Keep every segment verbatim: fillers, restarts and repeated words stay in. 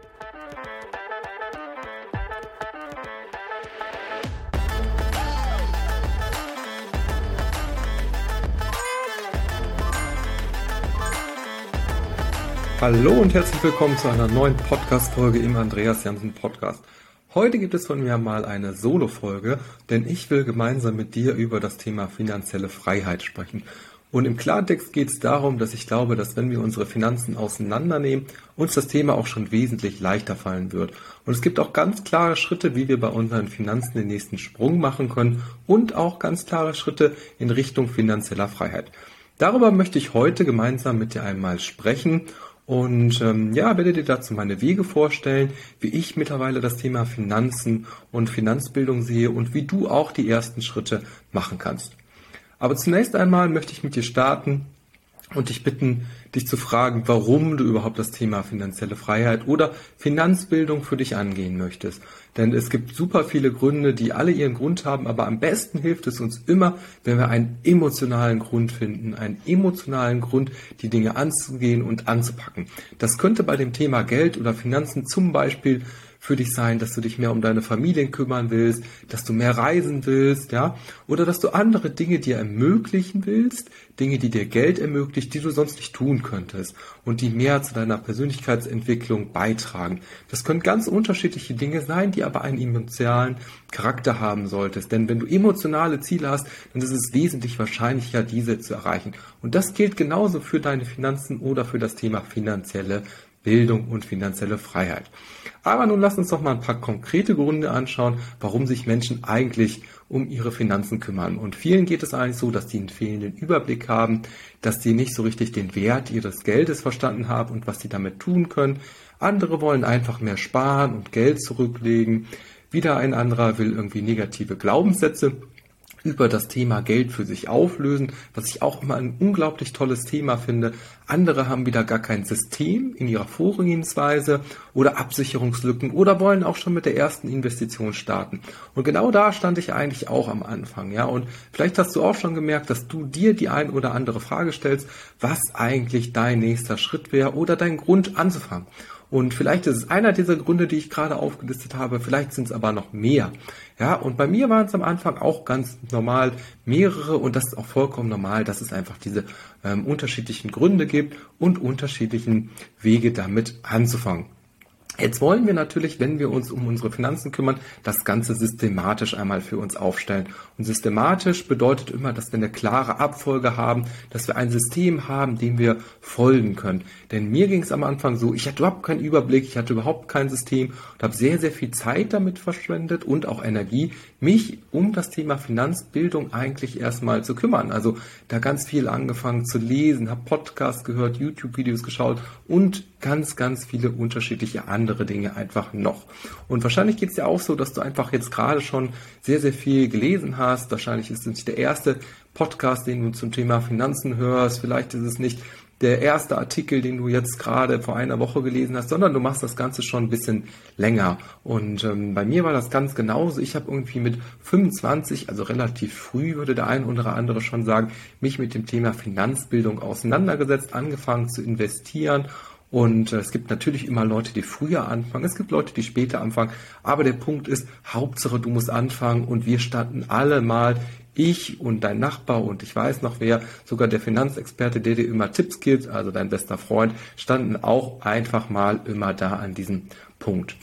Hallo und herzlich willkommen zu einer neuen Podcast-Folge im Andreas Jansen Podcast. Heute gibt es von mir mal eine Solo-Folge, denn ich will gemeinsam mit dir über das Thema finanzielle Freiheit sprechen. Und im Klartext geht es darum, dass ich glaube, dass wenn wir unsere Finanzen auseinandernehmen, uns das Thema auch schon wesentlich leichter fallen wird. Und es gibt auch ganz klare Schritte, wie wir bei unseren Finanzen den nächsten Sprung machen können und auch ganz klare Schritte in Richtung finanzieller Freiheit. Darüber möchte ich heute gemeinsam mit dir einmal sprechen. Und ähm, ja, werde dir dazu meine Wege vorstellen, wie ich mittlerweile das Thema Finanzen und Finanzbildung sehe und wie du auch die ersten Schritte machen kannst. Aber zunächst einmal möchte ich mit dir starten und dich bitten, dich zu fragen, warum du überhaupt das Thema finanzielle Freiheit oder Finanzbildung für dich angehen möchtest. Denn es gibt super viele Gründe, die alle ihren Grund haben, aber am besten hilft es uns immer, wenn wir einen emotionalen Grund finden, einen emotionalen Grund, die Dinge anzugehen und anzupacken. Das könnte bei dem Thema Geld oder Finanzen zum Beispiel für dich sein, dass du dich mehr um deine Familien kümmern willst, dass du mehr reisen willst, ja, oder dass du andere Dinge dir ermöglichen willst, Dinge, die dir Geld ermöglichen, die du sonst nicht tun könntest und die mehr zu deiner Persönlichkeitsentwicklung beitragen. Das können ganz unterschiedliche Dinge sein, die aber einen emotionalen Charakter haben solltest. Denn wenn du emotionale Ziele hast, dann ist es wesentlich wahrscheinlicher, diese zu erreichen. Und das gilt genauso für deine Finanzen oder für das Thema finanzielle Bildung und finanzielle Freiheit. Aber nun lass uns doch mal ein paar konkrete Gründe anschauen, warum sich Menschen eigentlich um ihre Finanzen kümmern. Und vielen geht es eigentlich so, dass die einen fehlenden Überblick haben, dass die nicht so richtig den Wert ihres Geldes verstanden haben und was sie damit tun können. Andere wollen einfach mehr sparen und Geld zurücklegen. Wieder ein anderer will irgendwie negative Glaubenssätze über das Thema Geld für sich auflösen, was ich auch immer ein unglaublich tolles Thema finde. Andere haben wieder gar kein System in ihrer Vorgehensweise oder Absicherungslücken oder wollen auch schon mit der ersten Investition starten. Und genau da stand ich eigentlich auch am Anfang, ja. Und vielleicht hast du auch schon gemerkt, dass du dir die ein oder andere Frage stellst, was eigentlich dein nächster Schritt wäre oder dein Grund anzufangen. Und vielleicht ist es einer dieser Gründe, die ich gerade aufgelistet habe, vielleicht sind es aber noch mehr. Ja, und bei mir waren es am Anfang auch ganz normal mehrere und das ist auch vollkommen normal, dass es einfach diese ähm, unterschiedlichen Gründe gibt und unterschiedlichen Wege damit anzufangen. Jetzt wollen wir natürlich, wenn wir uns um unsere Finanzen kümmern, das Ganze systematisch einmal für uns aufstellen. Und systematisch bedeutet immer, dass wir eine klare Abfolge haben, dass wir ein System haben, dem wir folgen können. Denn mir ging es am Anfang so, ich hatte überhaupt keinen Überblick, ich hatte überhaupt kein System und habe sehr, sehr viel Zeit damit verschwendet und auch Energie, mich um das Thema Finanzbildung eigentlich erstmal zu kümmern. Also da ganz viel angefangen zu lesen, habe Podcasts gehört, YouTube-Videos geschaut und ganz, ganz viele unterschiedliche andere Dinge einfach noch. Und wahrscheinlich geht es dir auch so, dass du einfach jetzt gerade schon sehr, sehr viel gelesen hast. Wahrscheinlich ist es nicht der erste Podcast, den du zum Thema Finanzen hörst. Vielleicht ist es nicht der erste Artikel, den du jetzt gerade vor einer Woche gelesen hast, sondern du machst das Ganze schon ein bisschen länger. Und ähm, bei mir war das ganz genauso. Ich habe irgendwie mit fünfundzwanzig, also relativ früh, würde der ein oder andere schon sagen, mich mit dem Thema Finanzbildung auseinandergesetzt, angefangen zu investieren. Und es gibt natürlich immer Leute, die früher anfangen, es gibt Leute, die später anfangen, aber der Punkt ist, Hauptsache du musst anfangen und wir standen alle mal, ich und dein Nachbar und ich weiß noch wer, sogar der Finanzexperte, der dir immer Tipps gibt, also dein bester Freund, standen auch einfach mal immer da an diesem Punkt.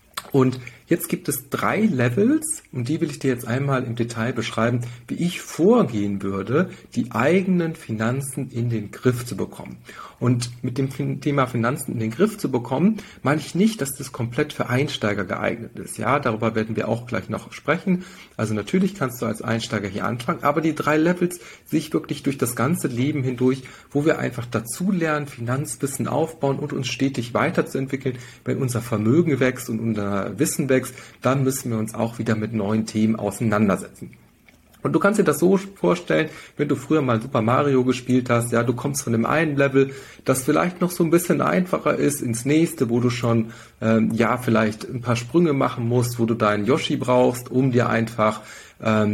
Und jetzt gibt es drei Levels und die will ich dir jetzt einmal im Detail beschreiben, wie ich vorgehen würde, die eigenen Finanzen in den Griff zu bekommen. Und mit dem Thema Finanzen in den Griff zu bekommen, meine ich nicht, dass das komplett für Einsteiger geeignet ist. Ja, darüber werden wir auch gleich noch sprechen. Also natürlich kannst du als Einsteiger hier anfangen, aber die drei Levels sehe ich wirklich durch das ganze Leben hindurch, wo wir einfach dazulernen, Finanzwissen aufbauen und uns stetig weiterzuentwickeln. Wenn unser Vermögen wächst und unser Wissen wächst, dann müssen wir uns auch wieder mit neuen Themen auseinandersetzen. Und du kannst dir das so vorstellen, wenn du früher mal Super Mario gespielt hast, ja, du kommst von dem einen Level, das vielleicht noch so ein bisschen einfacher ist, ins nächste, wo du schon, ähm, ja, vielleicht ein paar Sprünge machen musst, wo du deinen Yoshi brauchst, um dir einfach, ähm,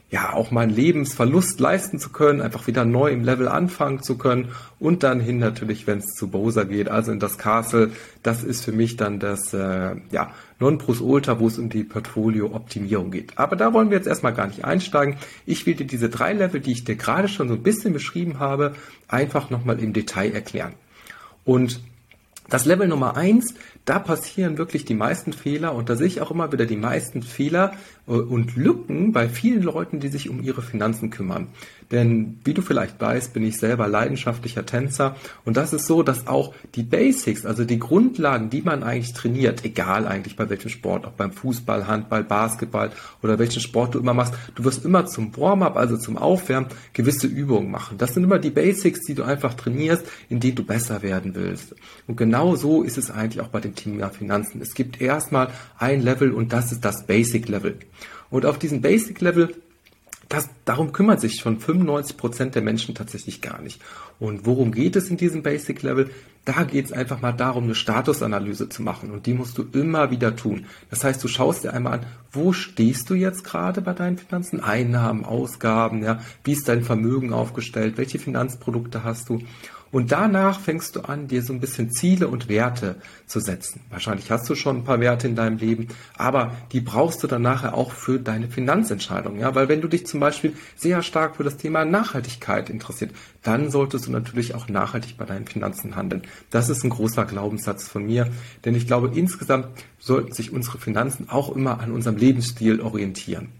ja, auch mal einen Lebensverlust leisten zu können, einfach wieder neu im Level anfangen zu können und dann hin natürlich, wenn es zu Bosa geht, also in das Castle, das ist für mich dann das, äh, ja, Nonplusultra, wo es um die Portfolio-Optimierung geht. Aber da wollen wir jetzt erstmal gar nicht einsteigen. Ich will dir diese drei Level, die ich dir gerade schon so ein bisschen beschrieben habe, einfach nochmal im Detail erklären. Und das Level Nummer eins, da passieren wirklich die meisten Fehler und da sehe ich auch immer wieder die meisten Fehler und Lücken bei vielen Leuten, die sich um ihre Finanzen kümmern. Denn wie du vielleicht weißt, bin ich selber leidenschaftlicher Tänzer und das ist so, dass auch die Basics, also die Grundlagen, die man eigentlich trainiert, egal eigentlich bei welchem Sport, auch beim Fußball, Handball, Basketball oder welchen Sport du immer machst, du wirst immer zum Warm-up, also zum Aufwärmen, gewisse Übungen machen. Das sind immer die Basics, die du einfach trainierst, in denen du besser werden willst. Und genau so ist es eigentlich auch bei dem Thema Finanzen. Es gibt erstmal ein Level und das ist das Basic-Level. Und auf diesem Basic-Level, das, darum kümmert sich schon fünfundneunzig Prozent der Menschen tatsächlich gar nicht. Und worum geht es in diesem Basic-Level? Da geht es einfach mal darum, eine Statusanalyse zu machen und die musst du immer wieder tun. Das heißt, du schaust dir einmal an, wo stehst du jetzt gerade bei deinen Finanzen? Einnahmen, Ausgaben, ja, wie ist dein Vermögen aufgestellt? Welche Finanzprodukte hast du? Und danach fängst du an, dir so ein bisschen Ziele und Werte zu setzen. Wahrscheinlich hast du schon ein paar Werte in deinem Leben, aber die brauchst du dann nachher auch für deine Finanzentscheidung. Ja? Weil wenn du dich zum Beispiel sehr stark für das Thema Nachhaltigkeit interessiert, dann solltest du natürlich auch nachhaltig bei deinen Finanzen handeln. Das ist ein großer Glaubenssatz von mir, denn ich glaube, insgesamt sollten sich unsere Finanzen auch immer an unserem Lebensstil orientieren.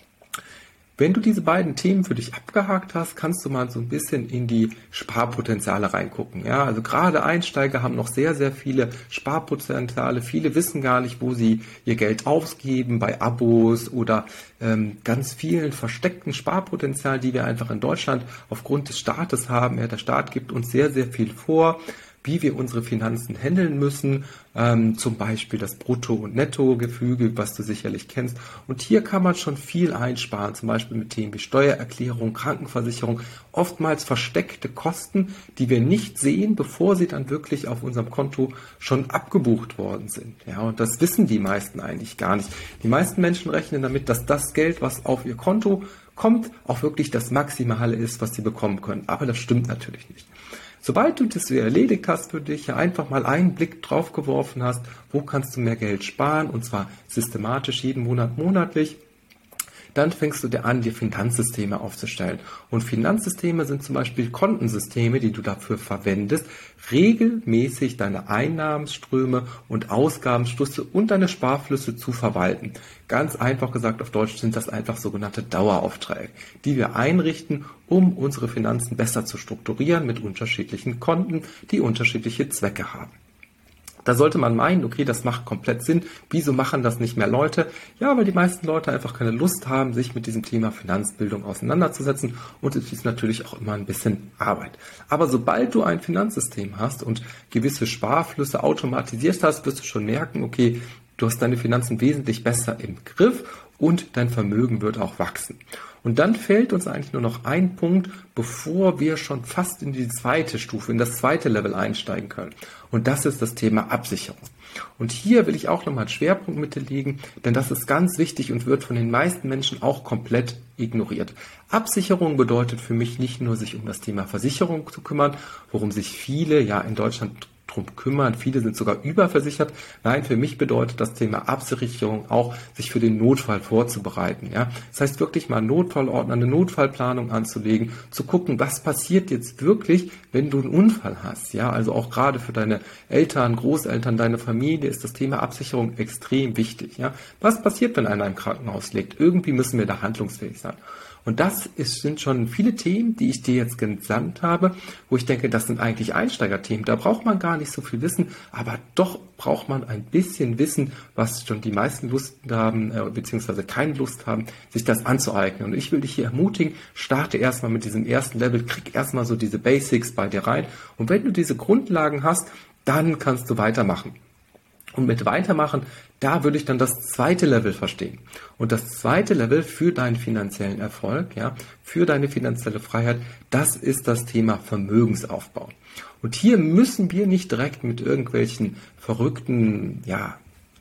Wenn du diese beiden Themen für dich abgehakt hast, kannst du mal so ein bisschen in die Sparpotenziale reingucken. Ja, also gerade Einsteiger haben noch sehr, sehr viele Sparpotenziale. Viele wissen gar nicht, wo sie ihr Geld ausgeben, bei Abos oder ähm, ganz vielen versteckten Sparpotenzialen, die wir einfach in Deutschland aufgrund des Staates haben. Ja, der Staat gibt uns sehr, sehr viel vor, wie wir unsere Finanzen handeln müssen, ähm, zum Beispiel das Brutto- und Nettogefüge, was du sicherlich kennst. Und hier kann man schon viel einsparen, zum Beispiel mit Themen wie Steuererklärung, Krankenversicherung, oftmals versteckte Kosten, die wir nicht sehen, bevor sie dann wirklich auf unserem Konto schon abgebucht worden sind. Ja, und das wissen die meisten eigentlich gar nicht. Die meisten Menschen rechnen damit, dass das Geld, was auf ihr Konto kommt, auch wirklich das Maximale ist, was sie bekommen können. Aber das stimmt natürlich nicht. Sobald du das erledigt hast für dich, ja einfach mal einen Blick drauf geworfen hast, wo kannst du mehr Geld sparen, und zwar systematisch jeden Monat monatlich, dann fängst du dir an, dir Finanzsysteme aufzustellen. Und Finanzsysteme sind zum Beispiel Kontensysteme, die du dafür verwendest, regelmäßig deine Einnahmenströme und Ausgabenflüsse und deine Sparflüsse zu verwalten. Ganz einfach gesagt, auf Deutsch sind das einfach sogenannte Daueraufträge, die wir einrichten, um unsere Finanzen besser zu strukturieren mit unterschiedlichen Konten, die unterschiedliche Zwecke haben. Da sollte man meinen, okay, das macht komplett Sinn. Wieso machen das nicht mehr Leute? Ja, weil die meisten Leute einfach keine Lust haben, sich mit diesem Thema Finanzbildung auseinanderzusetzen. Und es ist natürlich auch immer ein bisschen Arbeit. Aber sobald du ein Finanzsystem hast und gewisse Sparflüsse automatisiert hast, wirst du schon merken, okay, du hast deine Finanzen wesentlich besser im Griff und dein Vermögen wird auch wachsen. Und dann fehlt uns eigentlich nur noch ein Punkt, bevor wir schon fast in die zweite Stufe, in das zweite Level einsteigen können. Und das ist das Thema Absicherung. Und hier will ich auch nochmal einen Schwerpunkt mit dir legen, denn das ist ganz wichtig und wird von den meisten Menschen auch komplett ignoriert. Absicherung bedeutet für mich nicht nur, sich um das Thema Versicherung zu kümmern, worum sich viele ja in Deutschland drum kümmern. Viele sind sogar überversichert. Nein, für mich bedeutet das Thema Absicherung auch, sich für den Notfall vorzubereiten. Ja, das heißt wirklich mal einen Notfallordner, eine Notfallplanung anzulegen, zu gucken, was passiert jetzt wirklich, wenn du einen Unfall hast. Ja, also auch gerade für deine Eltern, Großeltern, deine Familie ist das Thema Absicherung extrem wichtig. Ja, was passiert, wenn einer im Krankenhaus liegt? Irgendwie müssen wir da handlungsfähig sein. Und das ist, sind schon viele Themen, die ich dir jetzt gesandt habe, wo ich denke, das sind eigentlich Einsteigerthemen. Da braucht man gar nicht so viel Wissen, aber doch braucht man ein bisschen Wissen, was schon die meisten Lust haben, äh, beziehungsweise keine Lust haben, sich das anzueignen. Und ich will dich hier ermutigen, starte erstmal mit diesem ersten Level, krieg erstmal so diese Basics bei dir rein. Und wenn du diese Grundlagen hast, dann kannst du weitermachen. Und mit Weitermachen, da würde ich dann das zweite Level verstehen. Und das zweite Level für deinen finanziellen Erfolg, ja, für deine finanzielle Freiheit, das ist das Thema Vermögensaufbau. Und hier müssen wir nicht direkt mit irgendwelchen verrückten, ja,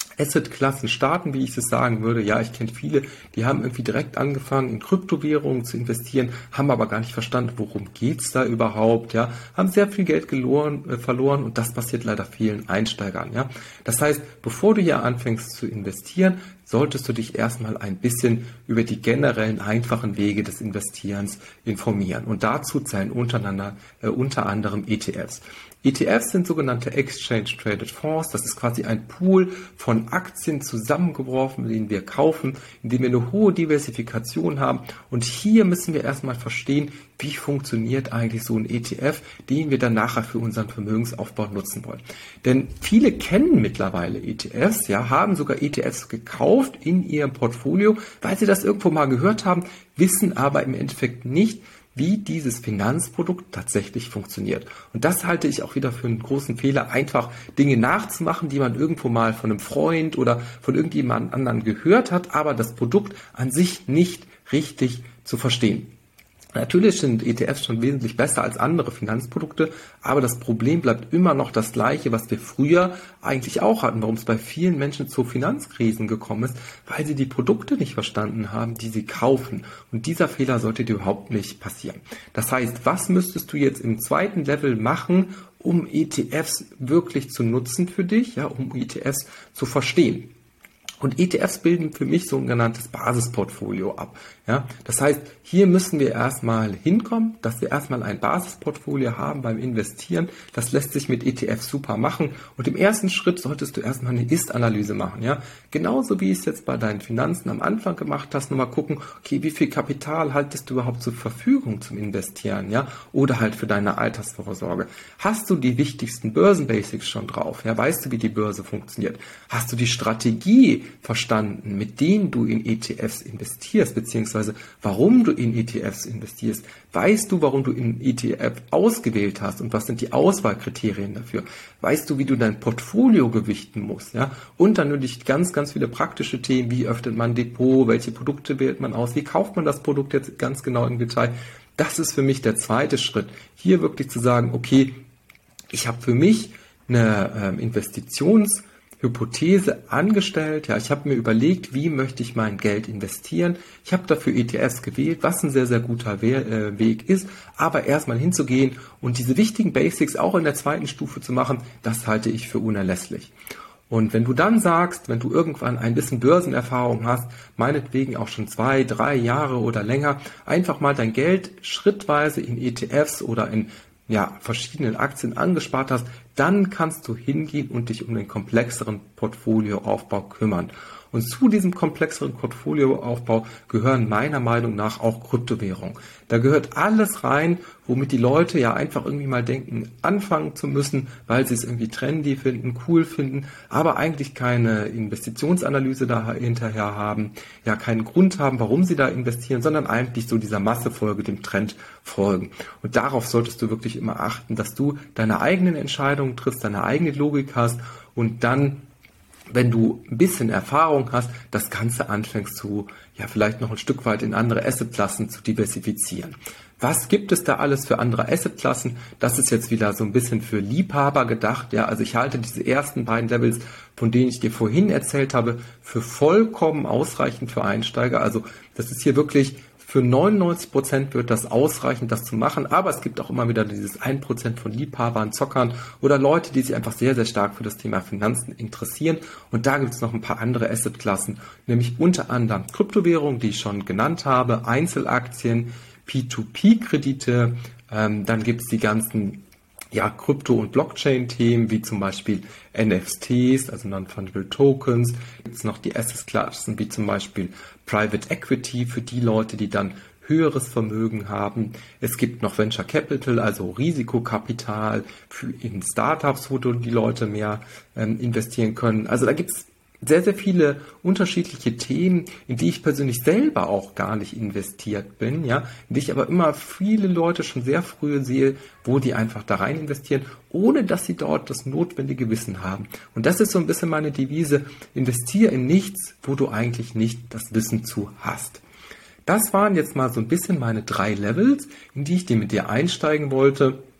Assetklassen starten, wie ich es sagen würde. Ja, ich kenne viele, die haben irgendwie direkt angefangen, in Kryptowährungen zu investieren, haben aber gar nicht verstanden, worum geht's da überhaupt, ja, haben sehr viel Geld geloren, äh, verloren und das passiert leider vielen Einsteigern, ja. Das heißt, bevor du hier anfängst zu investieren, solltest du dich erstmal ein bisschen über die generellen einfachen Wege des Investierens informieren. Und dazu zählen untereinander, äh, unter anderem E T Fs. E T Fs sind sogenannte Exchange Traded Fonds. Das ist quasi ein Pool von Aktien zusammengeworfen, den wir kaufen, in dem wir eine hohe Diversifikation haben. Und hier müssen wir erstmal verstehen, wie funktioniert eigentlich so ein E T F, den wir dann nachher für unseren Vermögensaufbau nutzen wollen. Denn viele kennen mittlerweile E T Fs, ja, haben sogar E T Fs gekauft in ihrem Portfolio, weil sie das irgendwo mal gehört haben, wissen aber im Endeffekt nicht, wie dieses Finanzprodukt tatsächlich funktioniert. Und das halte ich auch wieder für einen großen Fehler, einfach Dinge nachzumachen, die man irgendwo mal von einem Freund oder von irgendjemand anderen gehört hat, aber das Produkt an sich nicht richtig zu verstehen. Natürlich sind E T Fs schon wesentlich besser als andere Finanzprodukte, aber das Problem bleibt immer noch das gleiche, was wir früher eigentlich auch hatten, warum es bei vielen Menschen zu Finanzkrisen gekommen ist, weil sie die Produkte nicht verstanden haben, die sie kaufen. Und dieser Fehler sollte dir überhaupt nicht passieren. Das heißt, was müsstest du jetzt im zweiten Level machen, um E T Fs wirklich zu nutzen für dich, ja, um E T Fs zu verstehen? Und E T Fs bilden für mich so ein genanntes Basisportfolio ab. Ja, das heißt, hier müssen wir erstmal hinkommen, dass wir erstmal ein Basisportfolio haben beim Investieren. Das lässt sich mit E T Fs super machen. Und im ersten Schritt solltest du erstmal eine Ist-Analyse machen. Ja, genauso wie es jetzt bei deinen Finanzen am Anfang gemacht hast, nochmal gucken, okay, wie viel Kapital haltest du überhaupt zur Verfügung zum Investieren? Ja, oder halt für deine Altersvorsorge. Hast du die wichtigsten Börsenbasics schon drauf? Ja, weißt du, wie die Börse funktioniert? Hast du die Strategie verstanden, mit denen du in E T Fs investierst, beziehungsweise warum du in E T Fs investierst? Weißt du, warum du in E T F ausgewählt hast und was sind die Auswahlkriterien dafür? Weißt du, wie du dein Portfolio gewichten musst? Ja? Und dann natürlich ganz, ganz viele praktische Themen, wie öffnet man ein Depot, welche Produkte wählt man aus, wie kauft man das Produkt jetzt ganz genau im Detail? Das ist für mich der zweite Schritt, hier wirklich zu sagen, okay, ich habe für mich eine ähm, Investitions- Hypothese angestellt, ja, ich habe mir überlegt, wie möchte ich mein Geld investieren. Ich habe dafür E T Fs gewählt, was ein sehr, sehr guter We- äh, Weg ist, aber erstmal hinzugehen und diese wichtigen Basics auch in der zweiten Stufe zu machen, das halte ich für unerlässlich. Und wenn du dann sagst, wenn du irgendwann ein bisschen Börsenerfahrung hast, meinetwegen auch schon zwei, drei Jahre oder länger, einfach mal dein Geld schrittweise in E T Fs oder in ja, verschiedenen Aktien angespart hast, dann kannst du hingehen und dich um den komplexeren Portfolioaufbau kümmern. Und zu diesem komplexeren Portfolioaufbau gehören meiner Meinung nach auch Kryptowährungen. Da gehört alles rein, womit die Leute ja einfach irgendwie mal denken, anfangen zu müssen, weil sie es irgendwie trendy finden, cool finden, aber eigentlich keine Investitionsanalyse da hinterher haben, ja keinen Grund haben, warum sie da investieren, sondern eigentlich so dieser Masse folge, dem Trend folgen. Und darauf solltest du wirklich immer achten, dass du deine eigenen Entscheidungen triffst, deine eigene Logik hast und dann, wenn du ein bisschen Erfahrung hast, das Ganze anfängst zu, ja, vielleicht noch ein Stück weit in andere Assetklassen zu diversifizieren. Was gibt es da alles für andere Assetklassen? Das ist jetzt wieder so ein bisschen für Liebhaber gedacht. Ja, also ich halte diese ersten beiden Levels, von denen ich dir vorhin erzählt habe, für vollkommen ausreichend für Einsteiger. Also das ist hier wirklich, für neunundneunzig Prozent wird das ausreichen, das zu machen, aber es gibt auch immer wieder dieses ein Prozent von Liebhabern, Zockern oder Leute, die sich einfach sehr, sehr stark für das Thema Finanzen interessieren. Und da gibt es noch ein paar andere Assetklassen, nämlich unter anderem Kryptowährungen, die ich schon genannt habe, Einzelaktien, P zwei P-Kredite, ähm, dann gibt es die ganzen ja, Krypto- und Blockchain-Themen, wie zum Beispiel N F Ts, also Non-Fungible Tokens. Gibt es noch die Asset-Klassen, wie zum Beispiel Private Equity für die Leute, die dann höheres Vermögen haben. Es gibt noch Venture Capital, also Risikokapital für in Startups, wo die Leute mehr ähm, investieren können. Also da gibt es sehr, sehr viele unterschiedliche Themen, in die ich persönlich selber auch gar nicht investiert bin, ja, in die ich aber immer viele Leute schon sehr früh sehe, wo die einfach da rein investieren, ohne dass sie dort das notwendige Wissen haben. Und das ist so ein bisschen meine Devise, investiere in nichts, wo du eigentlich nicht das Wissen zu hast. Das waren jetzt mal so ein bisschen meine drei Levels, in die ich dir mit dir einsteigen wollte.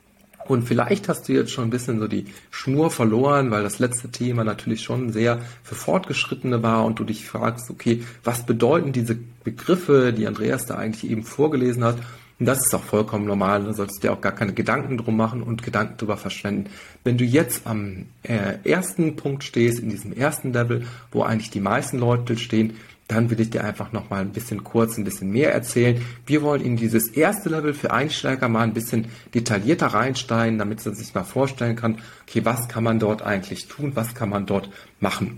Und vielleicht hast du jetzt schon ein bisschen so die Schnur verloren, weil das letzte Thema natürlich schon sehr für Fortgeschrittene war und du dich fragst, okay, was bedeuten diese Begriffe, die Andreas da eigentlich eben vorgelesen hat? Und das ist auch vollkommen normal, da solltest du dir auch gar keine Gedanken drum machen und Gedanken drüber verschwenden. Wenn du jetzt am äh, ersten Punkt stehst, in diesem ersten Level, wo eigentlich die meisten Leute stehen, dann will ich dir einfach nochmal ein bisschen kurz, ein bisschen mehr erzählen. Wir wollen in dieses erste Level für Einsteiger mal ein bisschen detaillierter reinsteigen, damit man sich mal vorstellen kann, okay, was kann man dort eigentlich tun, was kann man dort machen.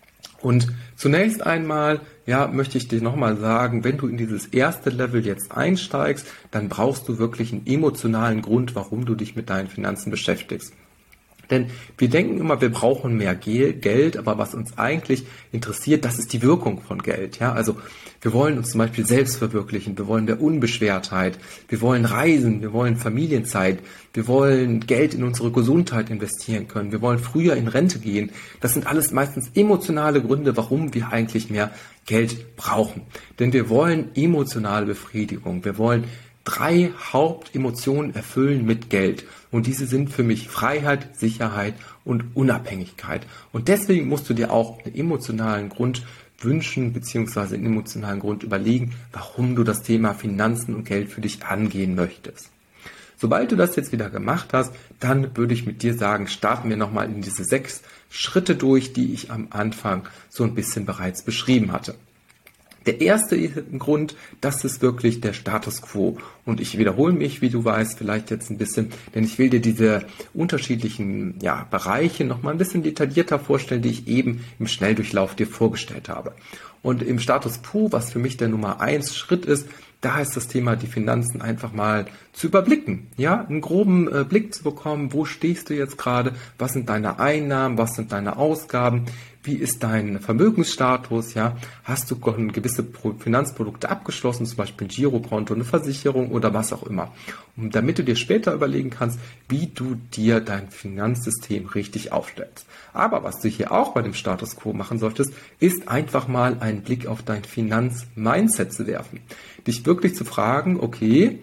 Und zunächst einmal, ja, möchte ich dir nochmal sagen, wenn du in dieses erste Level jetzt einsteigst, dann brauchst du wirklich einen emotionalen Grund, warum du dich mit deinen Finanzen beschäftigst. Denn wir denken immer, wir brauchen mehr Geld, aber was uns eigentlich interessiert, das ist die Wirkung von Geld. Ja, also wir wollen uns zum Beispiel selbst verwirklichen, wir wollen mehr Unbeschwertheit, wir wollen reisen, wir wollen Familienzeit, wir wollen Geld in unsere Gesundheit investieren können, wir wollen früher in Rente gehen. Das sind alles meistens emotionale Gründe, warum wir eigentlich mehr Geld brauchen. Denn wir wollen emotionale Befriedigung, wir wollen drei Hauptemotionen erfüllen mit Geld. Und diese sind für mich Freiheit, Sicherheit und Unabhängigkeit. Und deswegen musst du dir auch einen emotionalen Grund wünschen, beziehungsweise einen emotionalen Grund überlegen, warum du das Thema Finanzen und Geld für dich angehen möchtest. Sobald du das jetzt wieder gemacht hast, dann würde ich mit dir sagen, starten wir nochmal in diese sechs Schritte durch, die ich am Anfang so ein bisschen bereits beschrieben hatte. Der erste Grund, das ist wirklich der Status Quo. Und ich wiederhole mich, wie du weißt, vielleicht jetzt ein bisschen, denn ich will dir diese unterschiedlichen ja, Bereiche nochmal ein bisschen detaillierter vorstellen, die ich eben im Schnelldurchlauf dir vorgestellt habe. Und im Status Quo, was für mich der Nummer eins Schritt ist, da ist das Thema, die Finanzen einfach mal zu überblicken, ja, einen groben äh, Blick zu bekommen, wo stehst du jetzt gerade, was sind deine Einnahmen, was sind deine Ausgaben, wie ist dein Vermögensstatus, ja, hast du gewisse Finanzprodukte abgeschlossen, zum Beispiel ein Girokonto, eine Versicherung oder was auch immer. Und damit du dir später überlegen kannst, wie du dir dein Finanzsystem richtig aufstellst. Aber was du hier auch bei dem Status Quo machen solltest, ist einfach mal einen Blick auf dein Finanzmindset zu werfen. Dich wirklich zu fragen, okay,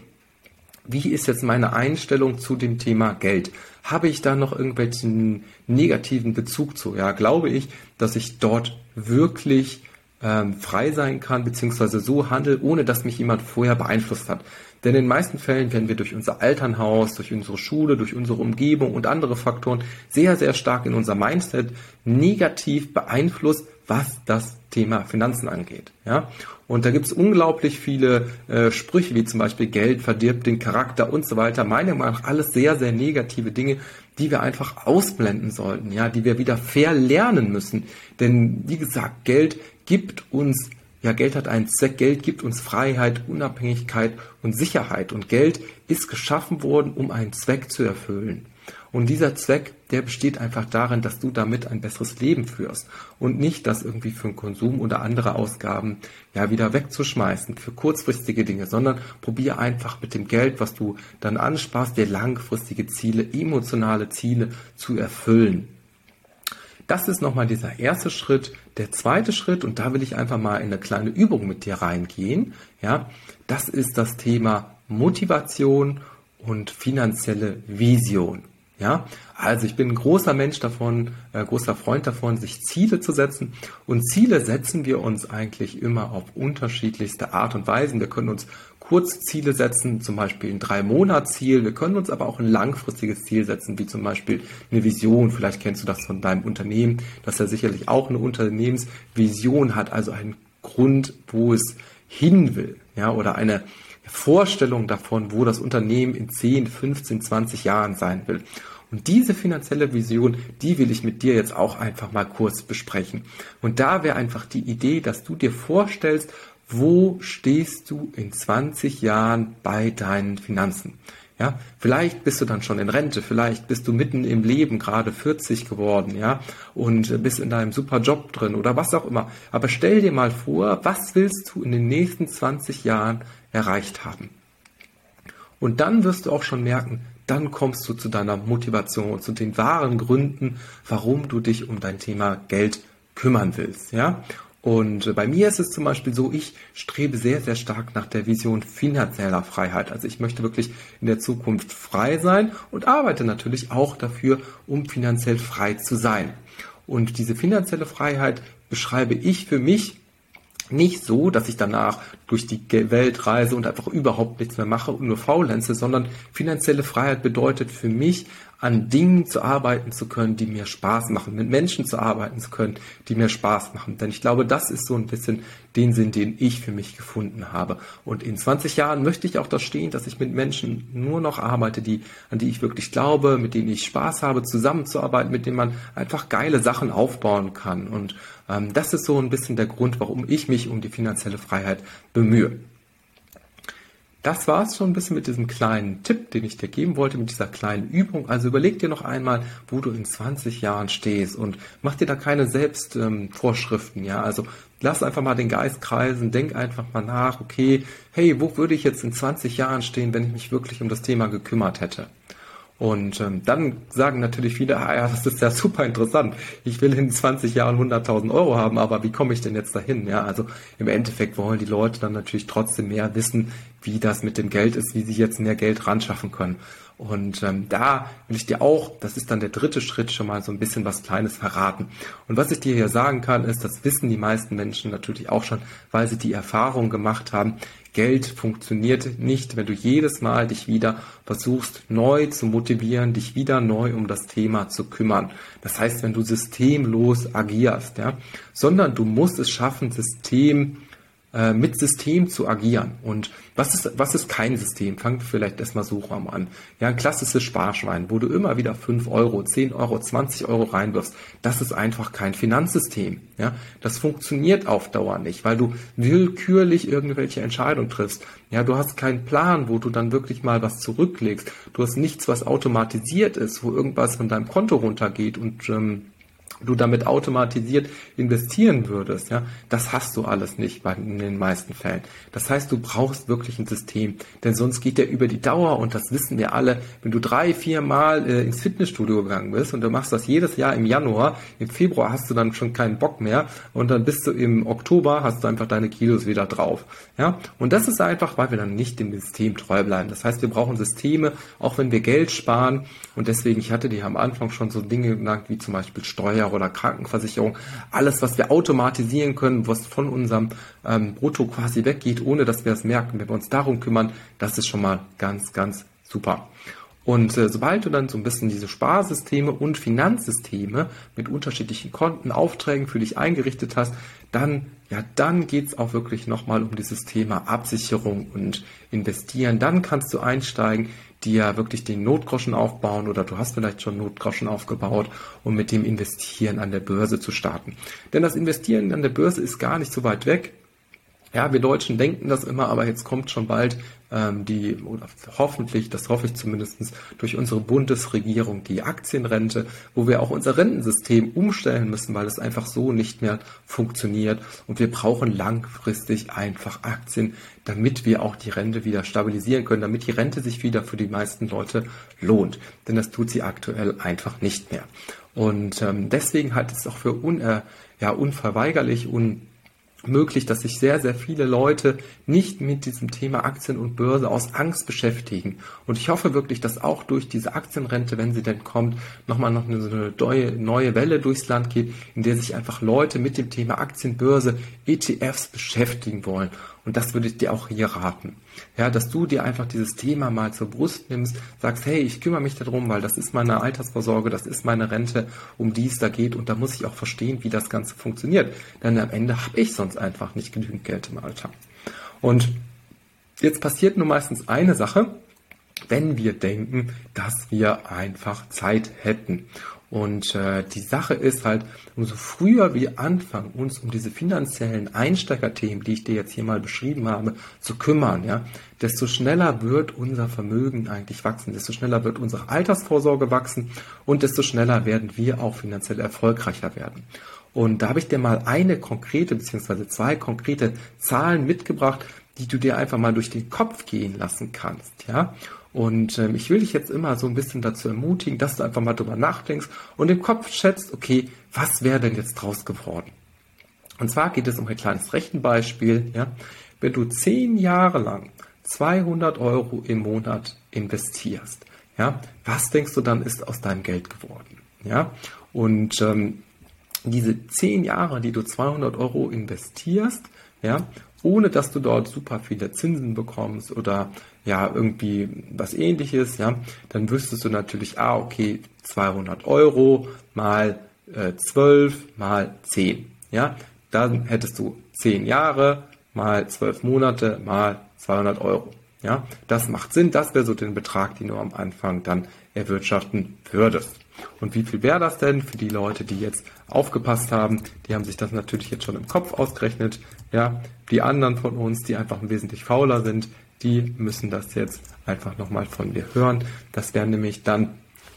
wie ist jetzt meine Einstellung zu dem Thema Geld? Habe ich da noch irgendwelchen negativen Bezug zu? Ja, glaube ich, dass ich dort wirklich ähm, frei sein kann, beziehungsweise so handle, ohne dass mich jemand vorher beeinflusst hat. Denn in den meisten Fällen werden wir durch unser Elternhaus, durch unsere Schule, durch unsere Umgebung und andere Faktoren sehr, sehr stark in unser Mindset negativ beeinflusst, was das Thema Finanzen angeht. Ja? Und da gibt es unglaublich viele äh, Sprüche, wie zum Beispiel Geld verdirbt den Charakter und so weiter. Meiner Meinung nach alles sehr, sehr negative Dinge, die wir einfach ausblenden sollten, ja, die wir wieder verlernen müssen. Denn wie gesagt, Geld gibt uns Ja, Geld hat einen Zweck. Geld gibt uns Freiheit, Unabhängigkeit und Sicherheit. Und Geld ist geschaffen worden, um einen Zweck zu erfüllen. Und dieser Zweck, der besteht einfach darin, dass du damit ein besseres Leben führst. Und nicht das irgendwie für den Konsum oder andere Ausgaben ja wieder wegzuschmeißen, für kurzfristige Dinge, sondern probier einfach mit dem Geld, was du dann ansparst, dir langfristige Ziele, emotionale Ziele zu erfüllen. Das ist nochmal dieser erste Schritt. Der zweite Schritt, und da will ich einfach mal in eine kleine Übung mit dir reingehen, ja, das ist das Thema Motivation und finanzielle Vision. Ja, also ich bin ein großer Mensch davon, äh, großer Freund davon, sich Ziele zu setzen. Und Ziele setzen wir uns eigentlich immer auf unterschiedlichste Art und Weise. Wir können uns Kurzziele setzen, zum Beispiel ein Drei-Monats-Ziel. Wir können uns aber auch ein langfristiges Ziel setzen, wie zum Beispiel eine Vision. Vielleicht kennst du das von deinem Unternehmen, dass er sicherlich auch eine Unternehmensvision hat, also einen Grund, wo es hin will, ja, oder eine Vorstellung davon, wo das Unternehmen in zehn, fünfzehn, zwanzig Jahren sein will. Und diese finanzielle Vision, die will ich mit dir jetzt auch einfach mal kurz besprechen. Und da wäre einfach die Idee, dass du dir vorstellst, wo stehst du in zwanzig Jahren bei deinen Finanzen? Ja, vielleicht bist du dann schon in Rente, vielleicht bist du mitten im Leben, gerade vierzig geworden, ja, und bist in deinem super Job drin oder was auch immer. Aber stell dir mal vor, was willst du in den nächsten zwanzig Jahren erreicht haben? Und dann wirst du auch schon merken, dann kommst du zu deiner Motivation, zu den wahren Gründen, warum du dich um dein Thema Geld kümmern willst, ja. Und bei mir ist es zum Beispiel so, ich strebe sehr, sehr stark nach der Vision finanzieller Freiheit. Also ich möchte wirklich in der Zukunft frei sein und arbeite natürlich auch dafür, um finanziell frei zu sein. Und diese finanzielle Freiheit beschreibe ich für mich nicht so, dass ich danach durch die Welt reise und einfach überhaupt nichts mehr mache und nur faulenze, sondern finanzielle Freiheit bedeutet für mich, an Dingen zu arbeiten zu können, die mir Spaß machen, mit Menschen zu arbeiten zu können, die mir Spaß machen. Denn ich glaube, das ist so ein bisschen den Sinn, den ich für mich gefunden habe. Und in zwanzig Jahren möchte ich auch da stehen, dass ich mit Menschen nur noch arbeite, die, an die ich wirklich glaube, mit denen ich Spaß habe, zusammenzuarbeiten, mit denen man einfach geile Sachen aufbauen kann. Und ähm, das ist so ein bisschen der Grund, warum ich mich um die finanzielle Freiheit bemühe. Das war es schon ein bisschen mit diesem kleinen Tipp, den ich dir geben wollte, mit dieser kleinen Übung. Also überleg dir noch einmal, wo du in zwanzig Jahren stehst und mach dir da keine Selbstvorschriften. Ähm, ja, also lass einfach mal den Geist kreisen, denk einfach mal nach, okay, hey, wo würde ich jetzt in zwanzig Jahren stehen, wenn ich mich wirklich um das Thema gekümmert hätte? Und ähm, dann sagen natürlich viele, ah ja, das ist ja super interessant. Ich will in zwanzig Jahren hunderttausend Euro haben, aber wie komme ich denn jetzt dahin? Ja, also im Endeffekt wollen die Leute dann natürlich trotzdem mehr wissen, wie das mit dem Geld ist, wie sie jetzt mehr Geld ran schaffen können. Und ähm, da will ich dir auch, das ist dann der dritte Schritt, schon mal so ein bisschen was Kleines verraten. Und was ich dir hier sagen kann, ist, das wissen die meisten Menschen natürlich auch schon, weil sie die Erfahrung gemacht haben, Geld funktioniert nicht, wenn du jedes Mal dich wieder versuchst, neu zu motivieren, dich wieder neu um das Thema zu kümmern. Das heißt, wenn du systemlos agierst, ja, sondern du musst es schaffen, System äh, mit System zu agieren. Und was ist, was ist kein System? Fangen wir vielleicht erstmal so rum an. Ja, ein klassisches Sparschwein, wo du immer wieder fünf Euro, zehn Euro, zwanzig Euro reinwirfst. Das ist einfach kein Finanzsystem. Ja, das funktioniert auf Dauer nicht, weil du willkürlich irgendwelche Entscheidungen triffst. Ja, du hast keinen Plan, wo du dann wirklich mal was zurücklegst. Du hast nichts, was automatisiert ist, wo irgendwas von deinem Konto runtergeht und ähm, du damit automatisiert investieren würdest, ja, das hast du alles nicht bei, in den meisten Fällen. Das heißt, du brauchst wirklich ein System, denn sonst geht der über die Dauer, und das wissen wir alle, wenn du drei, vier Mal äh, ins Fitnessstudio gegangen bist und du machst das jedes Jahr im Januar, im Februar hast du dann schon keinen Bock mehr und dann bist du im Oktober, hast du einfach deine Kilos wieder drauf, ja, und das ist einfach, weil wir dann nicht dem System treu bleiben. Das heißt, wir brauchen Systeme, auch wenn wir Geld sparen, und deswegen, ich hatte dir am Anfang schon so Dinge genannt, wie zum Beispiel Steuer oder Krankenversicherung, alles, was wir automatisieren können, was von unserem ähm, Brutto quasi weggeht, ohne dass wir es merken, wenn wir uns darum kümmern, das ist schon mal ganz, ganz super. Und äh, sobald du dann so ein bisschen diese Sparsysteme und Finanzsysteme mit unterschiedlichen Konten, Aufträgen für dich eingerichtet hast, dann, ja, dann geht's auch wirklich nochmal um dieses Thema Absicherung und Investieren. Dann kannst du einsteigen, dir wirklich den Notgroschen aufbauen, oder du hast vielleicht schon Notgroschen aufgebaut, um mit dem Investieren an der Börse zu starten. Denn das Investieren an der Börse ist gar nicht so weit weg. Ja, wir Deutschen denken das immer, aber jetzt kommt schon bald ähm, die, oder hoffentlich, das hoffe ich zumindest, durch unsere Bundesregierung die Aktienrente, wo wir auch unser Rentensystem umstellen müssen, weil es einfach so nicht mehr funktioniert. Und wir brauchen langfristig einfach Aktien, damit wir auch die Rente wieder stabilisieren können, damit die Rente sich wieder für die meisten Leute lohnt. Denn das tut sie aktuell einfach nicht mehr. Und ähm, deswegen halte ich es auch für un, äh, ja, unverweigerlich und möglich, dass sich sehr, sehr viele Leute nicht mit diesem Thema Aktien und Börse aus Angst beschäftigen. Und ich hoffe wirklich, dass auch durch diese Aktienrente, wenn sie denn kommt, nochmal noch eine, so eine neue, neue Welle durchs Land geht, in der sich einfach Leute mit dem Thema Aktienbörse, E T Fs beschäftigen wollen. Und das würde ich dir auch hier raten. Ja, dass du dir einfach dieses Thema mal zur Brust nimmst, sagst, hey, ich kümmere mich darum, weil das ist meine Altersvorsorge, das ist meine Rente, um die es da geht, und da muss ich auch verstehen, wie das Ganze funktioniert. Denn am Ende habe ich sonst einfach nicht genügend Geld im Alter. Und jetzt passiert nur meistens eine Sache, wenn wir denken, dass wir einfach Zeit hätten. Und äh, die Sache ist halt, umso früher wir anfangen, uns um diese finanziellen Einsteigerthemen, die ich dir jetzt hier mal beschrieben habe, zu kümmern, ja, desto schneller wird unser Vermögen eigentlich wachsen, desto schneller wird unsere Altersvorsorge wachsen und desto schneller werden wir auch finanziell erfolgreicher werden. Und da habe ich dir mal eine konkrete, beziehungsweise zwei konkrete Zahlen mitgebracht, die du dir einfach mal durch den Kopf gehen lassen kannst, ja. Und ähm, ich will dich jetzt immer so ein bisschen dazu ermutigen, dass du einfach mal drüber nachdenkst und im Kopf schätzt, okay, was wäre denn jetzt draus geworden? Und zwar geht es um ein kleines Rechenbeispiel. Ja? Wenn du zehn Jahre lang zweihundert Euro im Monat investierst, ja, was denkst du dann ist aus deinem Geld geworden? Ja? Und ähm, diese zehn Jahre, die du zweihundert Euro investierst, ja, ohne dass du dort super viele Zinsen bekommst oder ja irgendwie was Ähnliches, ja, dann wüsstest du natürlich, ah, okay, zweihundert Euro mal äh, zwölf mal zehn, ja, dann hättest du zehn Jahre mal zwölf Monate mal zweihundert Euro, ja, das macht Sinn, das wäre so den Betrag, den du am Anfang dann erwirtschaften würdest. Und wie viel wäre das denn für die Leute, die jetzt aufgepasst haben? Die haben sich das natürlich jetzt schon im Kopf ausgerechnet. Ja, die anderen von uns, die einfach wesentlich fauler sind, die müssen das jetzt einfach nochmal von mir hören. Das wären nämlich dann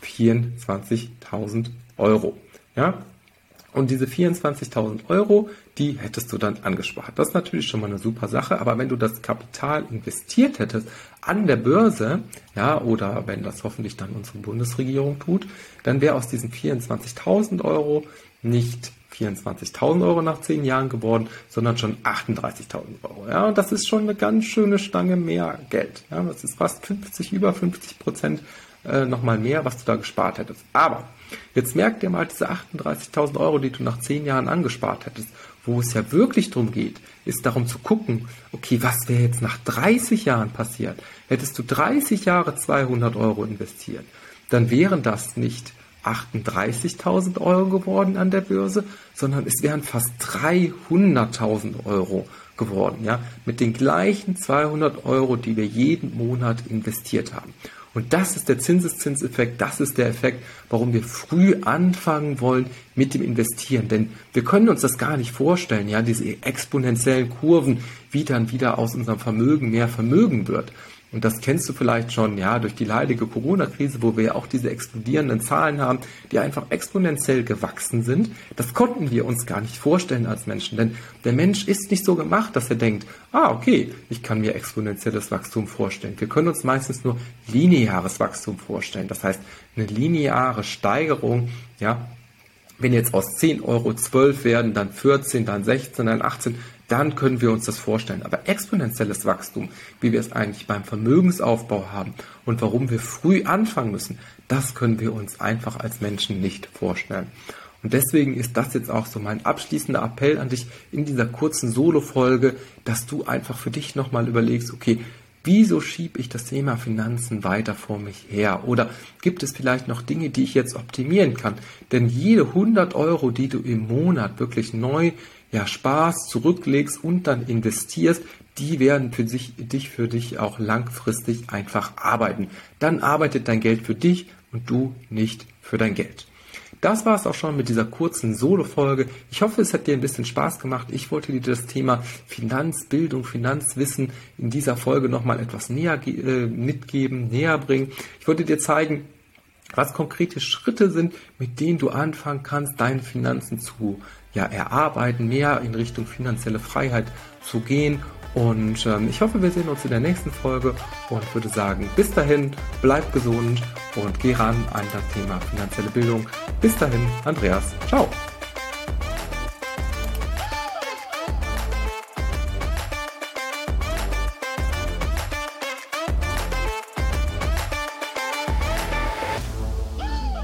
vierundzwanzigtausend Euro. Ja, und diese vierundzwanzigtausend Euro, die hättest du dann angespart. Das ist natürlich schon mal eine super Sache, aber wenn du das Kapital investiert hättest an der Börse, ja, oder wenn das hoffentlich dann unsere Bundesregierung tut, dann wäre aus diesen vierundzwanzigtausend Euro nicht vierundzwanzigtausend Euro nach zehn Jahren geworden, sondern schon achtunddreißigtausend Euro. Ja, und das ist schon eine ganz schöne Stange mehr Geld. Ja, das ist fast fünfzig, über fünfzig Prozent äh, nochmal mehr, was du da gespart hättest. Aber jetzt merk dir mal diese achtunddreißigtausend Euro, die du nach zehn Jahren angespart hättest. Wo es ja wirklich darum geht, ist darum zu gucken, okay, was wäre jetzt nach dreißig Jahren passiert? Hättest du dreißig Jahre zweihundert Euro investiert, dann wären das nicht achtunddreißigtausend Euro geworden an der Börse, sondern es wären fast dreihunderttausend Euro geworden, ja, mit den gleichen zweihundert Euro, die wir jeden Monat investiert haben. Und das ist der Zinseszinseffekt, das ist der Effekt, warum wir früh anfangen wollen mit dem Investieren. Denn wir können uns das gar nicht vorstellen, ja, diese exponentiellen Kurven, wie dann wieder aus unserem Vermögen mehr Vermögen wird. Und das kennst du vielleicht schon, ja, durch die leidige Corona-Krise, wo wir ja auch diese explodierenden Zahlen haben, die einfach exponentiell gewachsen sind. Das konnten wir uns gar nicht vorstellen als Menschen, denn der Mensch ist nicht so gemacht, dass er denkt, ah, okay, ich kann mir exponentielles Wachstum vorstellen. Wir können uns meistens nur lineares Wachstum vorstellen. Das heißt, eine lineare Steigerung, ja, wenn jetzt aus zehn Euro zwölf werden, dann vierzehn, dann sechzehn, dann achtzehn, dann können wir uns das vorstellen. Aber exponentielles Wachstum, wie wir es eigentlich beim Vermögensaufbau haben und warum wir früh anfangen müssen, das können wir uns einfach als Menschen nicht vorstellen. Und deswegen ist das jetzt auch so mein abschließender Appell an dich in dieser kurzen Solo-Folge, dass du einfach für dich nochmal überlegst, okay, wieso schiebe ich das Thema Finanzen weiter vor mich her? Oder gibt es vielleicht noch Dinge, die ich jetzt optimieren kann? Denn jede hundert Euro, die du im Monat wirklich neu ja, sparst, zurücklegst und dann investierst, die werden für sich, dich für dich auch langfristig einfach arbeiten. Dann arbeitet dein Geld für dich und du nicht für dein Geld. Das war es auch schon mit dieser kurzen Solo-Folge. Ich hoffe, es hat dir ein bisschen Spaß gemacht. Ich wollte dir das Thema Finanzbildung, Finanzwissen in dieser Folge nochmal etwas näher äh, mitgeben, näher bringen. Ich wollte dir zeigen, was konkrete Schritte sind, mit denen du anfangen kannst, deine Finanzen zu ja, erarbeiten, mehr in Richtung finanzielle Freiheit zu gehen. Und ähm, ich hoffe, wir sehen uns in der nächsten Folge und würde sagen, bis dahin, bleib gesund und geh ran an das Thema finanzielle Bildung. Bis dahin, Andreas. Ciao.